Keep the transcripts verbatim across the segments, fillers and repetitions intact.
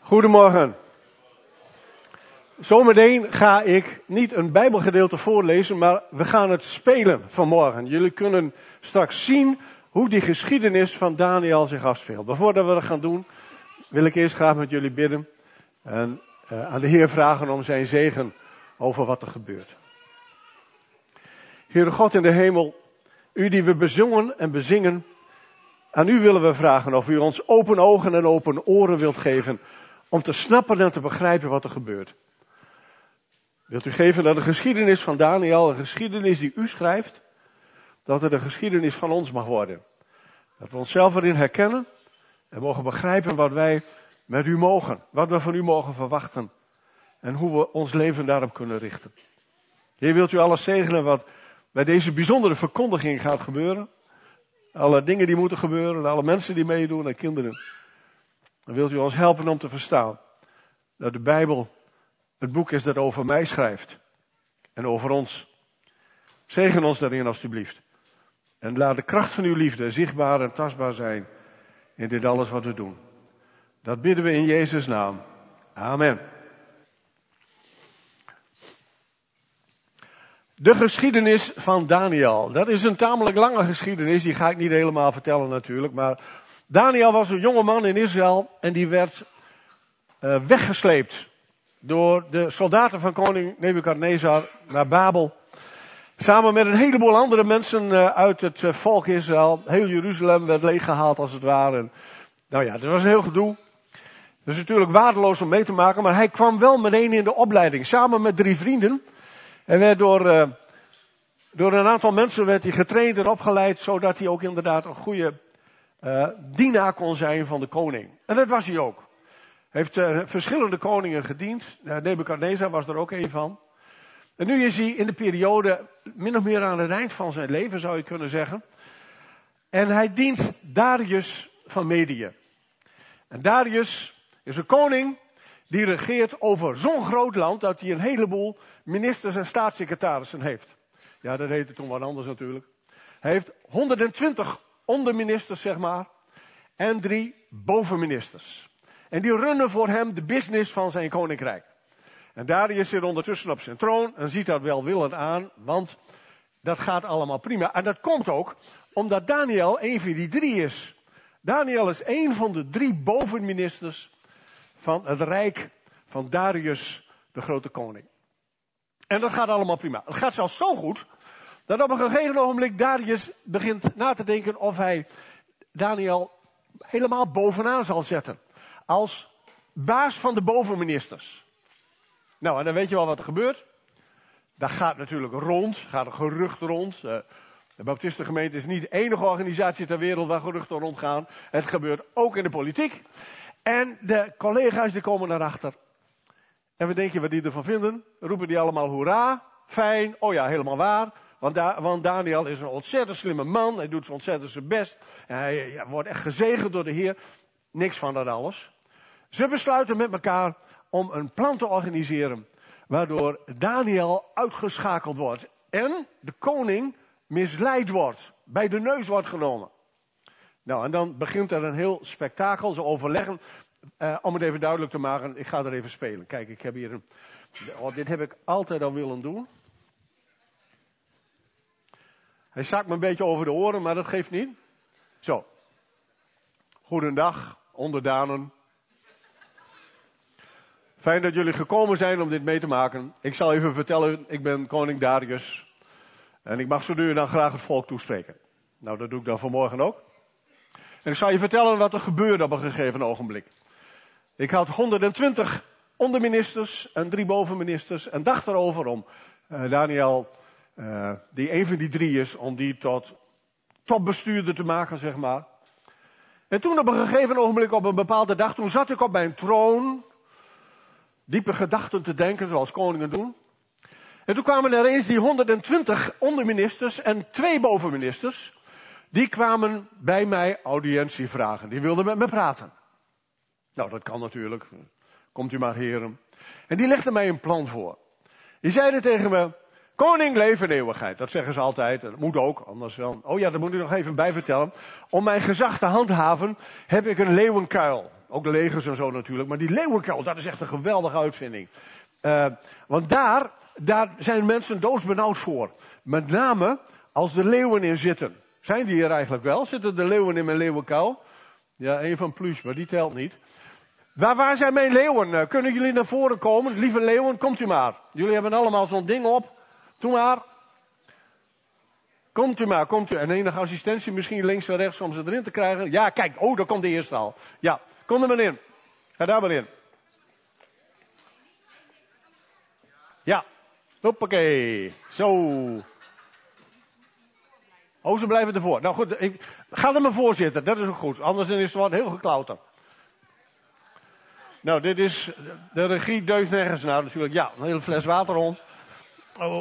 Goedemorgen. Zometeen ga ik niet een Bijbelgedeelte voorlezen, maar we gaan het spelen vanmorgen. Jullie kunnen straks zien hoe die geschiedenis van Daniel zich afspeelt. Maar voordat we dat gaan doen, wil ik eerst graag met jullie bidden en uh, aan de Heer vragen om zijn zegen over wat er gebeurt. Heere God in de hemel, u die we bezongen en bezingen, aan u willen we vragen of u ons open ogen en open oren wilt geven om te snappen en te begrijpen wat er gebeurt. Wilt u geven dat de geschiedenis van Daniel, een geschiedenis die u schrijft, dat het een geschiedenis van ons mag worden. Dat we onszelf erin herkennen en mogen begrijpen wat wij met u mogen, wat we van u mogen verwachten en hoe we ons leven daarop kunnen richten. Heer, wilt u alles zegenen wat bij deze bijzondere verkondiging gaat gebeuren? Alle dingen die moeten gebeuren, alle mensen die meedoen en kinderen. Dan wilt u ons helpen om te verstaan dat de Bijbel het boek is dat over mij schrijft. En over ons. Zegen ons daarin alstublieft. En laat de kracht van uw liefde zichtbaar en tastbaar zijn in dit alles wat we doen. Dat bidden we in Jezus' naam. Amen. De geschiedenis van Daniel. Dat is een tamelijk lange geschiedenis. Die ga ik niet helemaal vertellen natuurlijk. Maar Daniel was een jonge man in Israël. En die werd uh, weggesleept door de soldaten van koning Nebukadnezar naar Babel. Samen met een heleboel andere mensen uh, uit het uh, volk Israël. Heel Jeruzalem werd leeggehaald als het ware. En, nou ja, dat was een heel gedoe. Dat is natuurlijk waardeloos om mee te maken. Maar hij kwam wel meteen in de opleiding. Samen met drie vrienden. En werd door, uh, door een aantal mensen werd hij getraind en opgeleid, zodat hij ook inderdaad een goede uh, dienaar kon zijn van de koning. En dat was hij ook. Hij heeft uh, verschillende koningen gediend. Uh, Nebukadnezar was er ook een van. En nu is hij in de periode, min of meer aan het eind van zijn leven zou je kunnen zeggen. En hij dient Darius van Medië. En Darius is een koning die regeert over zo'n groot land dat hij een heleboel ministers en staatssecretarissen heeft. Ja, dat heette toen wat anders natuurlijk. Hij heeft honderdtwintig onderministers, zeg maar, en drie bovenministers. En die runnen voor hem de business van zijn koninkrijk. En Darius zit ondertussen op zijn troon en ziet dat welwillend aan, want dat gaat allemaal prima. En dat komt ook omdat Daniel een van die drie is. Daniel is een van de drie bovenministers van het rijk van Darius, de grote koning. En dat gaat allemaal prima. Het gaat zelfs zo goed, dat op een gegeven ogenblik Darius begint na te denken of hij Daniel helemaal bovenaan zal zetten. Als baas van de bovenministers. Nou, en dan weet je wel wat er gebeurt. Dat gaat natuurlijk rond, gaat een gerucht rond. Uh, de Baptistengemeente is niet de enige organisatie ter wereld waar geruchten rondgaan. Het gebeurt ook in de politiek. En de collega's die komen daarachter. En wat denk je wat die ervan vinden? Roepen die allemaal hoera, fijn, oh ja, helemaal waar. Want, da- want Daniel is een ontzettend slimme man, hij doet zijn ontzettend zijn best. En hij ja, wordt echt gezegend door de Heer. Niks van dat alles. Ze besluiten met elkaar om een plan te organiseren, waardoor Daniel uitgeschakeld wordt. En de koning misleid wordt, bij de neus wordt genomen. Nou, en dan begint er een heel spektakel, ze overleggen. Uh, om het even duidelijk te maken, ik ga er even spelen. Kijk, ik heb hier een... Oh, dit heb ik altijd al willen doen. Hij zakt me een beetje over de oren, maar dat geeft niet. Zo. Goedendag, onderdanen. Fijn dat jullie gekomen zijn om dit mee te maken. Ik zal even vertellen, ik ben koning Darius. En ik mag zo nu en dan graag het volk toespreken. Nou, dat doe ik dan vanmorgen ook. En ik zal je vertellen wat er gebeurde op een gegeven ogenblik. Ik had honderdtwintig onderministers en drie bovenministers en dacht erover om uh, Daniel, uh, die een van die drie is, om die tot topbestuurder te maken, zeg maar. En toen op een gegeven ogenblik, op een bepaalde dag, toen zat ik op mijn troon, diepe gedachten te denken, zoals koningen doen. En toen kwamen er eens die honderdtwintig onderministers en twee bovenministers, die kwamen bij mij audiëntie vragen. Die wilden met me praten. Nou, dat kan natuurlijk. Komt u maar, heren. En die legden mij een plan voor. Die zeiden tegen me, koning, leef in eeuwigheid. Dat zeggen ze altijd. Dat moet ook, anders wel. Oh ja, dat moet ik nog even bij vertellen. Om mijn gezag te handhaven heb ik een leeuwenkuil. Ook de legers en zo natuurlijk. Maar die leeuwenkuil, dat is echt een geweldige uitvinding. Uh, want daar, daar zijn mensen doodsbenauwd voor. Met name als de leeuwen in zitten. Zijn die er eigenlijk wel? Zitten de leeuwen in mijn leeuwenkuil? Ja, één van plus, maar die telt niet. Waar, waar zijn mijn leeuwen? Uh, kunnen jullie naar voren komen? Lieve leeuwen, komt u maar. Jullie hebben allemaal zo'n ding op. Doe maar. Komt u maar, komt u. En enige assistentie misschien links en rechts om ze erin te krijgen. Ja, kijk, oh, daar komt de eerste al. Ja, kom er maar in. Ga daar maar in. Ja, hoppakee. Zo. Oh, ze blijven ervoor. Nou goed, ik ga er maar voor zitten. Dat is ook goed. Anders is het wat heel geklauter. Nou, dit is, de regie deugt nergens naar natuurlijk. Ja, een hele fles water rond. Oh.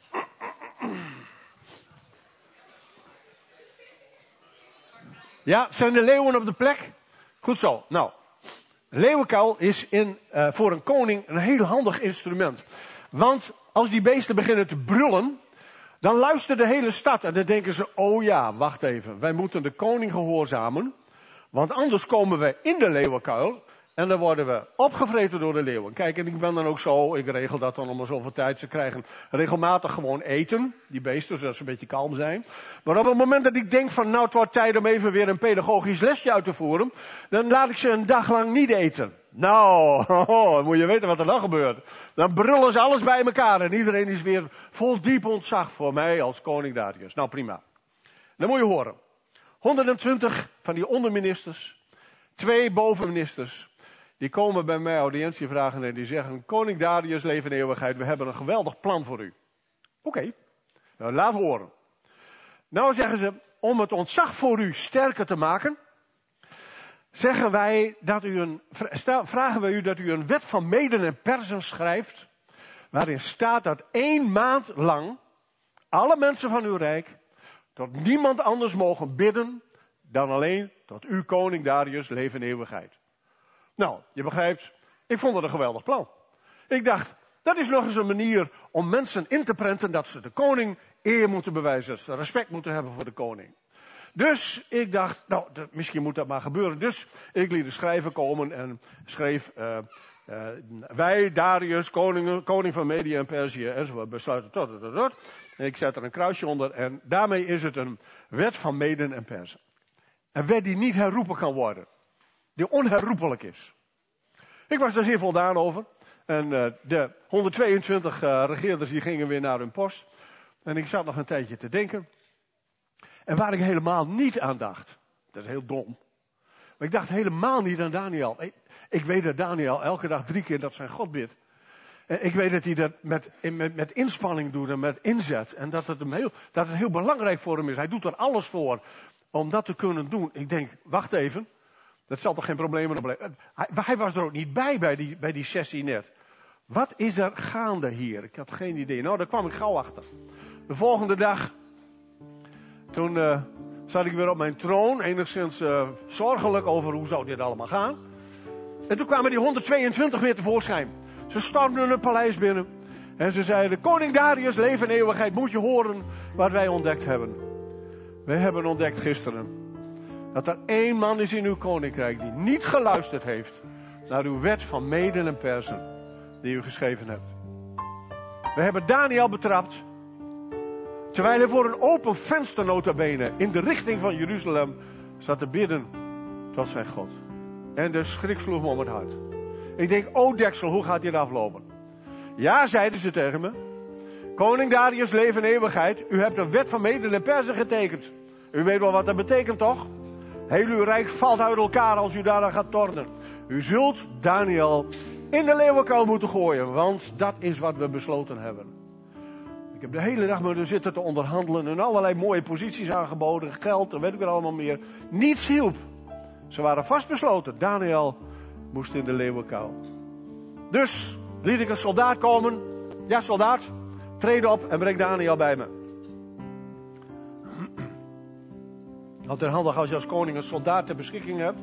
Ja, zijn de leeuwen op de plek? Goed zo. Nou, leeuwenkuil is in, uh, voor een koning een heel handig instrument. Want als die beesten beginnen te brullen, dan luistert de hele stad en dan denken ze, oh ja, wacht even, wij moeten de koning gehoorzamen, want anders komen we in de leeuwenkuil en dan worden we opgevreten door de leeuwen. Kijk, en ik ben dan ook zo, ik regel dat dan om er zoveel tijd, ze krijgen regelmatig gewoon eten, die beesten, zodat ze een beetje kalm zijn. Maar op het moment dat ik denk van, nou het wordt tijd om even weer een pedagogisch lesje uit te voeren, dan laat ik ze een dag lang niet eten. Nou, oh, oh, moet je weten wat er dan gebeurt. Dan brullen ze alles bij elkaar en iedereen is weer vol diep ontzag voor mij als koning Darius. Nou prima. Dan moet je horen. honderdtwintig van die onderministers, twee bovenministers, die komen bij mij audiëntie vragen en die zeggen, koning Darius, leven in eeuwigheid, we hebben een geweldig plan voor u. Oké, okay. Nou, laat horen. Nou zeggen ze, om het ontzag voor u sterker te maken, zeggen wij dat u een, vragen wij u dat u een wet van Meden en Persen schrijft, waarin staat dat één maand lang alle mensen van uw rijk tot niemand anders mogen bidden dan alleen tot uw koning Darius, leven in eeuwigheid. Nou, je begrijpt, ik vond het een geweldig plan. Ik dacht, dat is nog eens een manier om mensen in te prenten dat ze de koning eer moeten bewijzen, dat ze respect moeten hebben voor de koning. Dus ik dacht, nou, de, misschien moet dat maar gebeuren. Dus ik liet de schrijver komen en schreef, uh, uh, wij, Darius, koning, koning van Medië en Perzië, en zo besluiten tot, tot, tot, tot. En ik zet er een kruisje onder en daarmee is het een wet van Meden en Persen. Een wet die niet herroepen kan worden. Die onherroepelijk is. Ik was daar zeer voldaan over. En uh, de honderdtweeëntwintig uh, regeerders die gingen weer naar hun post. En ik zat nog een tijdje te denken. En waar ik helemaal niet aan dacht. Dat is heel dom. Maar ik dacht helemaal niet aan Daniel. Ik, ik weet dat Daniel elke dag drie keer dat zijn God bidt. En ik weet dat hij dat met, met, met inspanning doet en met inzet. En dat het, hem heel, dat het heel belangrijk voor hem is. Hij doet er alles voor om dat te kunnen doen. Ik denk, wacht even. Dat zal toch geen probleem opleveren. Hij, hij was er ook niet bij, bij die, bij die sessie net. Wat is er gaande hier? Ik had geen idee. Nou, daar kwam ik gauw achter. De volgende dag, toen uh, zat ik weer op mijn troon, enigszins uh, zorgelijk over hoe zou dit allemaal gaan. En toen kwamen die honderdtweeëntwintig weer tevoorschijn. Ze stormden het paleis binnen. En ze zeiden, koning Darius, leven in eeuwigheid, moet je horen wat wij ontdekt hebben. Wij hebben ontdekt gisteren dat er één man is in uw koninkrijk die niet geluisterd heeft naar uw wet van Meden en Persen die u geschreven hebt. We hebben Daniel betrapt, terwijl hij voor een open venster nota bene in de richting van Jeruzalem zat te bidden tot zijn God. En de schrik sloeg me om het hart. Ik denk, oh deksel, hoe gaat dit aflopen? Ja, zeiden ze tegen me. Koning Darius, leven in eeuwigheid. U hebt een wet van Meden en Persen getekend. U weet wel wat dat betekent, toch? Heel uw rijk valt uit elkaar als u daaraan gaat tornen. U zult Daniel in de leeuwenkuil moeten gooien, want dat is wat we besloten hebben. Ik heb de hele dag met u zitten te onderhandelen en allerlei mooie posities aangeboden, geld en weet ik wat allemaal meer. Niets hielp. Ze waren vastbesloten. Daniel moest in de leeuwenkuil. Dus liet ik een soldaat komen. Ja, soldaat, treed op en breng Daniel bij me. Altijd handig als je als koning een soldaat ter beschikking hebt.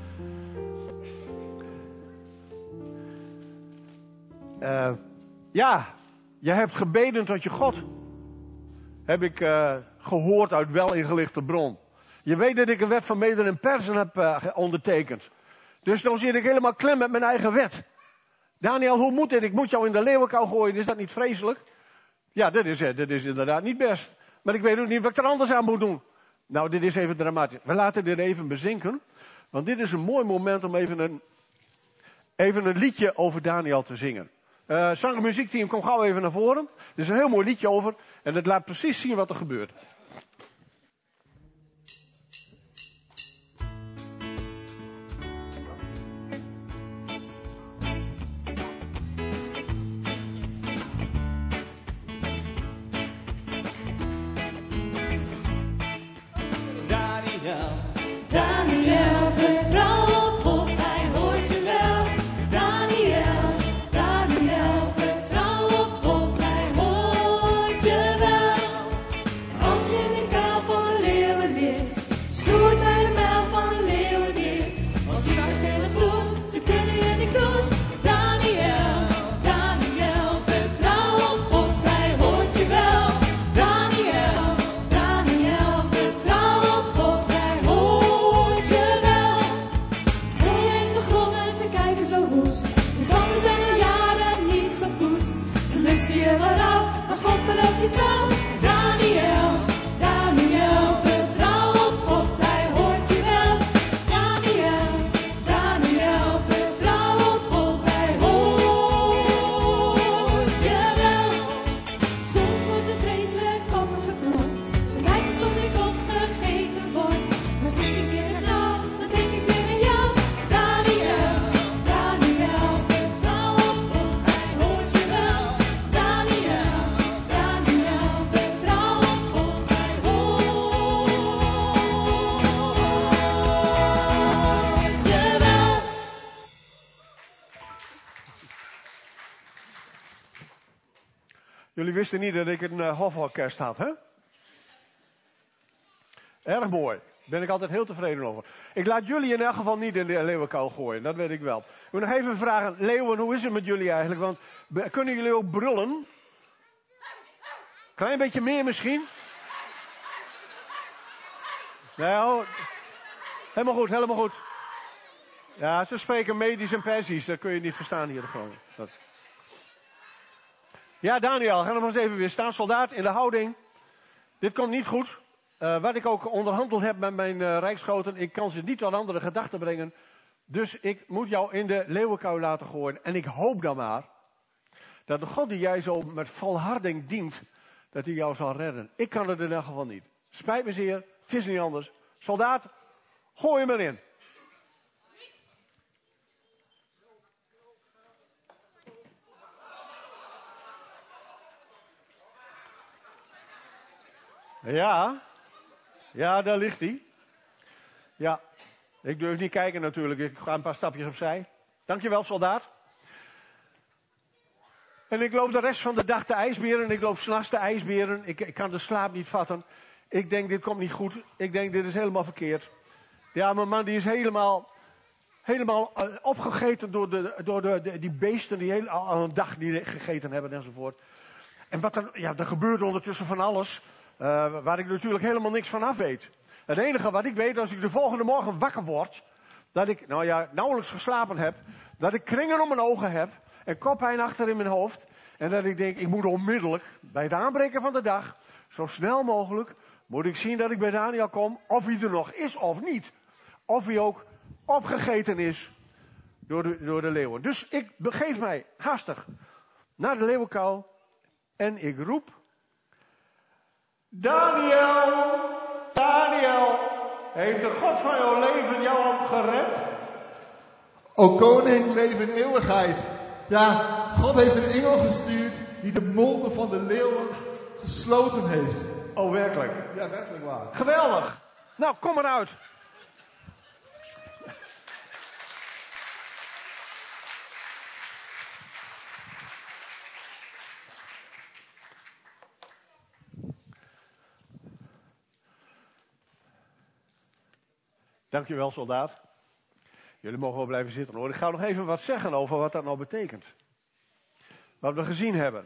Uh, ja, je hebt gebeden tot je God. Heb ik uh, gehoord uit wel ingelichte bron. Je weet dat ik een wet van Meden en Persen heb uh, ondertekend. Dus dan zit ik helemaal klem met mijn eigen wet. Daniel, hoe moet dit? Ik moet jou in de leeuwenkou gooien. Is dat niet vreselijk? Ja, dit is, dit is inderdaad niet best. Maar ik weet ook niet wat ik er anders aan moet doen. Nou, dit is even dramatisch. We laten dit even bezinken. Want dit is een mooi moment om even een, even een liedje over Daniel te zingen. Uh, zang- en muziekteam, kom gauw even naar voren. Er is een heel mooi liedje over. En het laat precies zien wat er gebeurt. Daniel, vertrouw op God, hij hoort je wel. Daniel, Daniel, vertrouw op God, hij hoort je wel. Als je in de kuil van een leeuwen ligt, snoert hij de muil van een leeuwen dicht. Als die gele gloed, ze kunnen je niet doen. Daniel, Daniel, vertrouw op God, hij hoort je wel. Daniel, Daniel, vertrouw op God, hij hoort je wel. Hij heeft zo grom en ze kijken zo woest. De tanden zijn al jaren niet gepoetst. Ze lusten je wel rauw, maar God belooft je trouw. Daniel, Daniel, vertrouw op God, hij hoort je wel. Daniel, Daniel, vertrouw op God, hij hoort je wel. Soms wordt er vreselijk op me geklopt. Dan lijkt het of ik opgegeten word. Maar zit ik in het nauw, dan denk ik weer aan jou. Daniel, Daniel, vertrouw op God, hij hoort je wel. Daniel, Daniel, vertrouw op God, hij hoort je wel. Jullie wisten niet dat ik een uh, hoforkest had, hè? Erg mooi. Daar ben ik altijd heel tevreden over. Ik laat jullie in elk geval niet in de leeuwenkou gooien, dat weet ik wel. Ik moet nog even vragen, leeuwen, hoe is het met jullie eigenlijk? Want be- kunnen jullie ook brullen? Klein beetje meer misschien? Nou, helemaal goed, helemaal goed. Ja, ze spreken medisch en persisch, dat kun je niet verstaan hier gewoon. Dat. Ja, Daniel, ga nog eens even weer staan. Soldaat in de houding. Dit komt niet goed. Uh, wat ik ook onderhandeld heb met mijn uh, rijkschoten, ik kan ze niet tot andere gedachten brengen. Dus ik moet jou in de leeuwenkou laten gooien. En ik hoop dan maar dat de God die jij zo met volharding dient, dat hij jou zal redden. Ik kan het in elk geval niet. Spijt me zeer, het is niet anders. Soldaat, gooi hem erin. Ja, ja, daar ligt hij. Ja, ik durf niet kijken natuurlijk. Ik ga een paar stapjes opzij. Dankjewel, soldaat. En ik loop de rest van de dag de ijsberen. Ik loop 's nachts de ijsberen. Ik, ik kan de slaap niet vatten. Ik denk, dit komt niet goed. Ik denk, dit is helemaal verkeerd. Ja, mijn man die is helemaal, helemaal uh, opgegeten door, de, door de, de, die beesten die heel, al, al een dag niet gegeten hebben enzovoort. En wat er, ja, er gebeurt ondertussen van alles. Uh, waar ik natuurlijk helemaal niks van af weet. Het enige wat ik weet, als ik de volgende morgen wakker word, dat ik, nou ja, nauwelijks geslapen heb, dat ik kringen om mijn ogen heb, en koppijn achter in mijn hoofd, en dat ik denk, ik moet onmiddellijk, bij het aanbreken van de dag, zo snel mogelijk, moet ik zien dat ik bij Daniel kom, of hij er nog is of niet. Of hij ook opgegeten is door de, door de leeuwen. Dus ik begeef mij haastig naar de leeuwenkou, en ik roep, Daniel, Daniel, heeft de God van jouw leven jou ook gered? O koning, leef in eeuwigheid. Ja, God heeft een engel gestuurd die de monden van de leeuwen gesloten heeft. Oh, werkelijk? Ja, werkelijk waar. Geweldig. Nou, kom eruit. Dankjewel, soldaat. Jullie mogen wel blijven zitten hoor. Ik ga nog even wat zeggen over wat dat nou betekent. Wat we gezien hebben.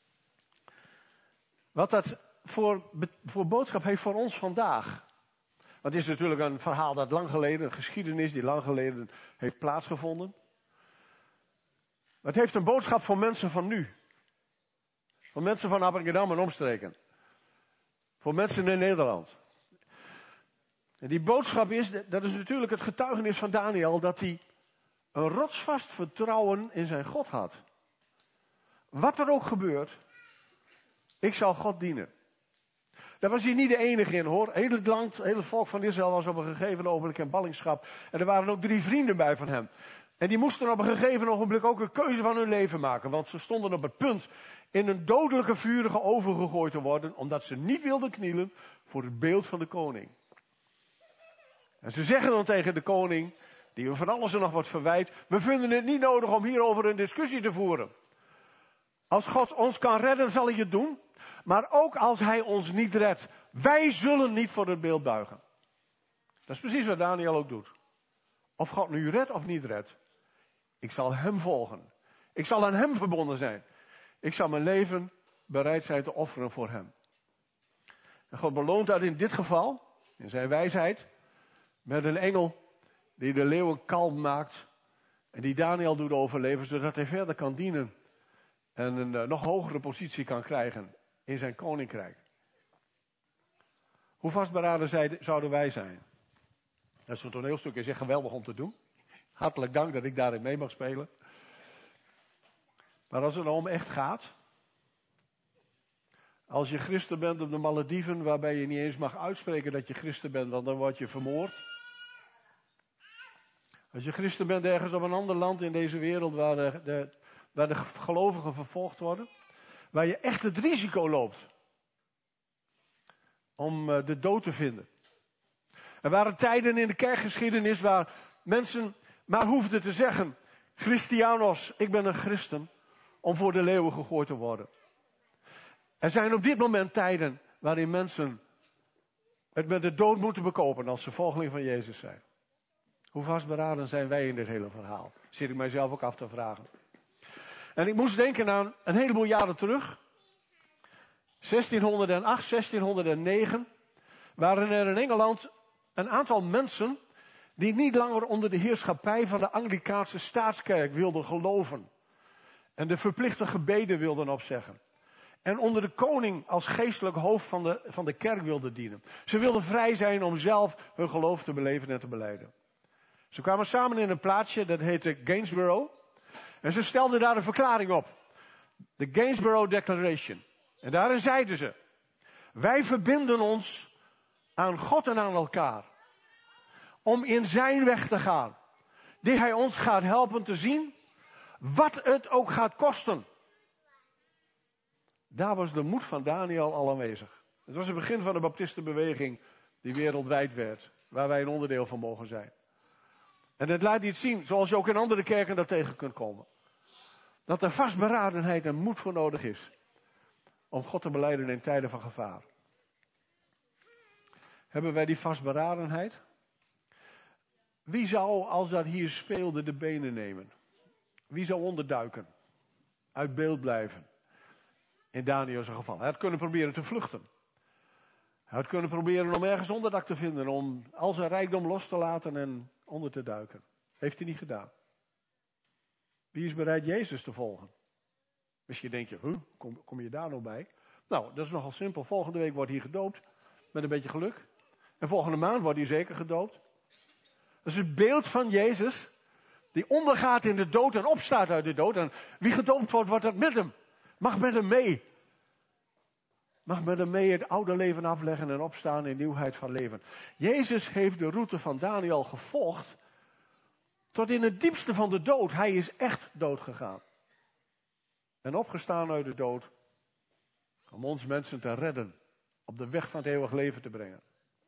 Wat dat voor, voor boodschap heeft voor ons vandaag. Want het is natuurlijk een verhaal dat lang geleden, een geschiedenis die lang geleden heeft plaatsgevonden. Maar het heeft een boodschap voor mensen van nu. Voor mensen van Appingedam en omstreken. Voor mensen in Nederland. En die boodschap is, dat is natuurlijk het getuigenis van Daniel, dat hij een rotsvast vertrouwen in zijn God had. Wat er ook gebeurt, ik zal God dienen. Daar was hij niet de enige in hoor. Heel het land, heel het volk van Israël was op een gegeven ogenblik in ballingschap. En er waren ook drie vrienden bij van hem. En die moesten op een gegeven ogenblik ook een keuze van hun leven maken. Want ze stonden op het punt in een dodelijke vurige oven gegooid te worden. Omdat ze niet wilden knielen voor het beeld van de koning. En ze zeggen dan tegen de koning, die van alles en nog wat verwijt. We vinden het niet nodig om hierover een discussie te voeren. Als God ons kan redden, zal hij het doen. Maar ook als hij ons niet redt, wij zullen niet voor het beeld buigen. Dat is precies wat Daniel ook doet. Of God nu redt of niet redt. Ik zal hem volgen. Ik zal aan hem verbonden zijn. Ik zal mijn leven bereid zijn te offeren voor hem. En God beloont dat in dit geval, in zijn wijsheid, met een engel die de leeuwen kalm maakt. En die Daniel doet overleven, zodat hij verder kan dienen. En een uh, nog hogere positie kan krijgen in zijn koninkrijk. Hoe vastberaden zij, zouden wij zijn? Dat is een toneelstuk, is echt geweldig om te doen. Hartelijk dank dat ik daarin mee mag spelen. Maar als het nou om echt gaat. Als je christen bent op de Malediven, waarbij je niet eens mag uitspreken dat je christen bent, want dan word je vermoord. Als je christen bent ergens op een ander land in deze wereld waar de, de, waar de gelovigen vervolgd worden. Waar je echt het risico loopt om de dood te vinden. Er waren tijden in de kerkgeschiedenis waar mensen maar hoefden te zeggen, Christianos, ik ben een christen, om voor de leeuwen gegooid te worden. Er zijn op dit moment tijden waarin mensen het met de dood moeten bekopen als ze volgeling van Jezus zijn. Hoe vastberaden zijn wij in dit hele verhaal? Zit ik mijzelf ook af te vragen. En ik moest denken aan een heleboel jaren terug. zestienhonderdacht, zestienhonderdnegen waren er in Engeland een aantal mensen die niet langer onder de heerschappij van de Anglikaanse staatskerk wilden geloven. En de verplichte gebeden wilden opzeggen. En onder de koning als geestelijk hoofd van de, van de kerk wilden dienen. Ze wilden vrij zijn om zelf hun geloof te beleven en te belijden. Ze kwamen samen in een plaatsje, dat heette Gainsborough. En ze stelden daar een verklaring op. De Gainsborough Declaration. En daarin zeiden ze, wij verbinden ons aan God en aan elkaar. Om in zijn weg te gaan. Die hij ons gaat helpen te zien. Wat het ook gaat kosten. Daar was de moed van Daniel al aanwezig. Het was het begin van de baptistenbeweging die wereldwijd werd. Waar wij een onderdeel van mogen zijn. En het laat iets zien, zoals je ook in andere kerken daar tegen kunt komen. Dat er vastberadenheid en moed voor nodig is. Om God te belijden in tijden van gevaar. Hebben wij die vastberadenheid? Wie zou, als dat hier speelde, de benen nemen? Wie zou onderduiken? Uit beeld blijven? In Daniels geval. Hij had kunnen proberen te vluchten. Hij had kunnen proberen om ergens onderdak te vinden. Om al zijn rijkdom los te laten en onder te duiken. Heeft hij niet gedaan. Wie is bereid Jezus te volgen? Misschien denk je, huh, kom, kom je daar nou bij? Nou, dat is nogal simpel. Volgende week wordt hij gedoopt. Met een beetje geluk. En volgende maand wordt hij zeker gedoopt. Dat is het beeld van Jezus. Die ondergaat in de dood en opstaat uit de dood. En wie gedoopt wordt, wordt dat met hem. Mag met hem mee. Mag met hem mee het oude leven afleggen en opstaan in nieuwheid van leven. Jezus heeft de route van Daniel gevolgd. Tot in het diepste van de dood. Hij is echt dood gegaan. En opgestaan uit de dood. Om ons mensen te redden. Op de weg van het eeuwig leven te brengen.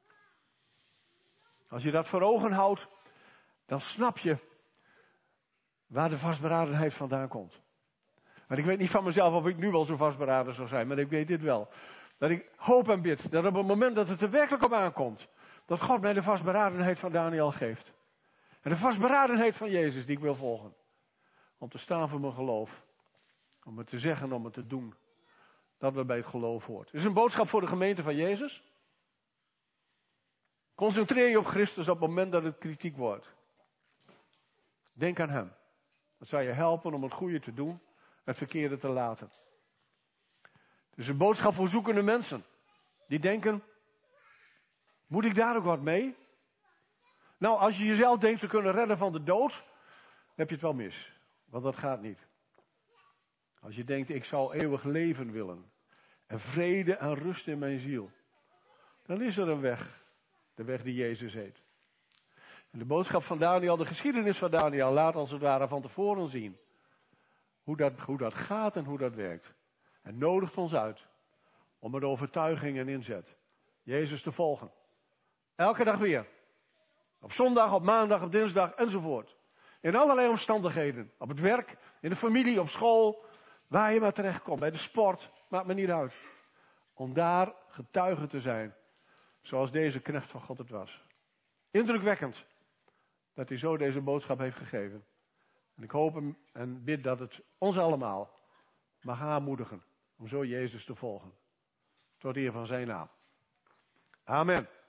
Als je dat voor ogen houdt. Dan snap je. Waar de vastberadenheid vandaan komt. Want ik weet niet van mezelf of ik nu wel zo vastberaden zou zijn. Maar ik weet dit wel. Dat ik hoop en bid. Dat op het moment dat het er werkelijk op aankomt. Dat God mij de vastberadenheid van Daniel geeft. En de vastberadenheid van Jezus die ik wil volgen. Om te staan voor mijn geloof. Om het te zeggen, om het te doen. Dat wat bij het geloof hoort. Het is een boodschap voor de gemeente van Jezus. Concentreer je op Christus op het moment dat het kritiek wordt. Denk aan hem. Dat zal je helpen om het goede te doen, het verkeerde te laten. Het is een boodschap voor zoekende mensen. Die denken, moet ik daar ook wat mee? Nou, als je jezelf denkt te kunnen redden van de dood, dan heb je het wel mis. Want dat gaat niet. Als je denkt, ik zou eeuwig leven willen. En vrede en rust in mijn ziel. Dan is er een weg. De weg die Jezus heet. En de boodschap van Daniel, de geschiedenis van Daniel, laat als het ware van tevoren zien. Hoe dat, hoe dat gaat en hoe dat werkt. En nodigt ons uit om met overtuiging en inzet Jezus te volgen. Elke dag weer. Op zondag, op maandag, op dinsdag enzovoort. In allerlei omstandigheden. Op het werk, in de familie, op school. Waar je maar terechtkomt. Bij de sport. Maakt me niet uit. Om daar getuige te zijn. Zoals deze knecht van God het was. Indrukwekkend. Dat hij zo deze boodschap heeft gegeven. En ik hoop hem en bid dat het ons allemaal mag aanmoedigen. Om zo Jezus te volgen. Tot eer van zijn naam. Amen.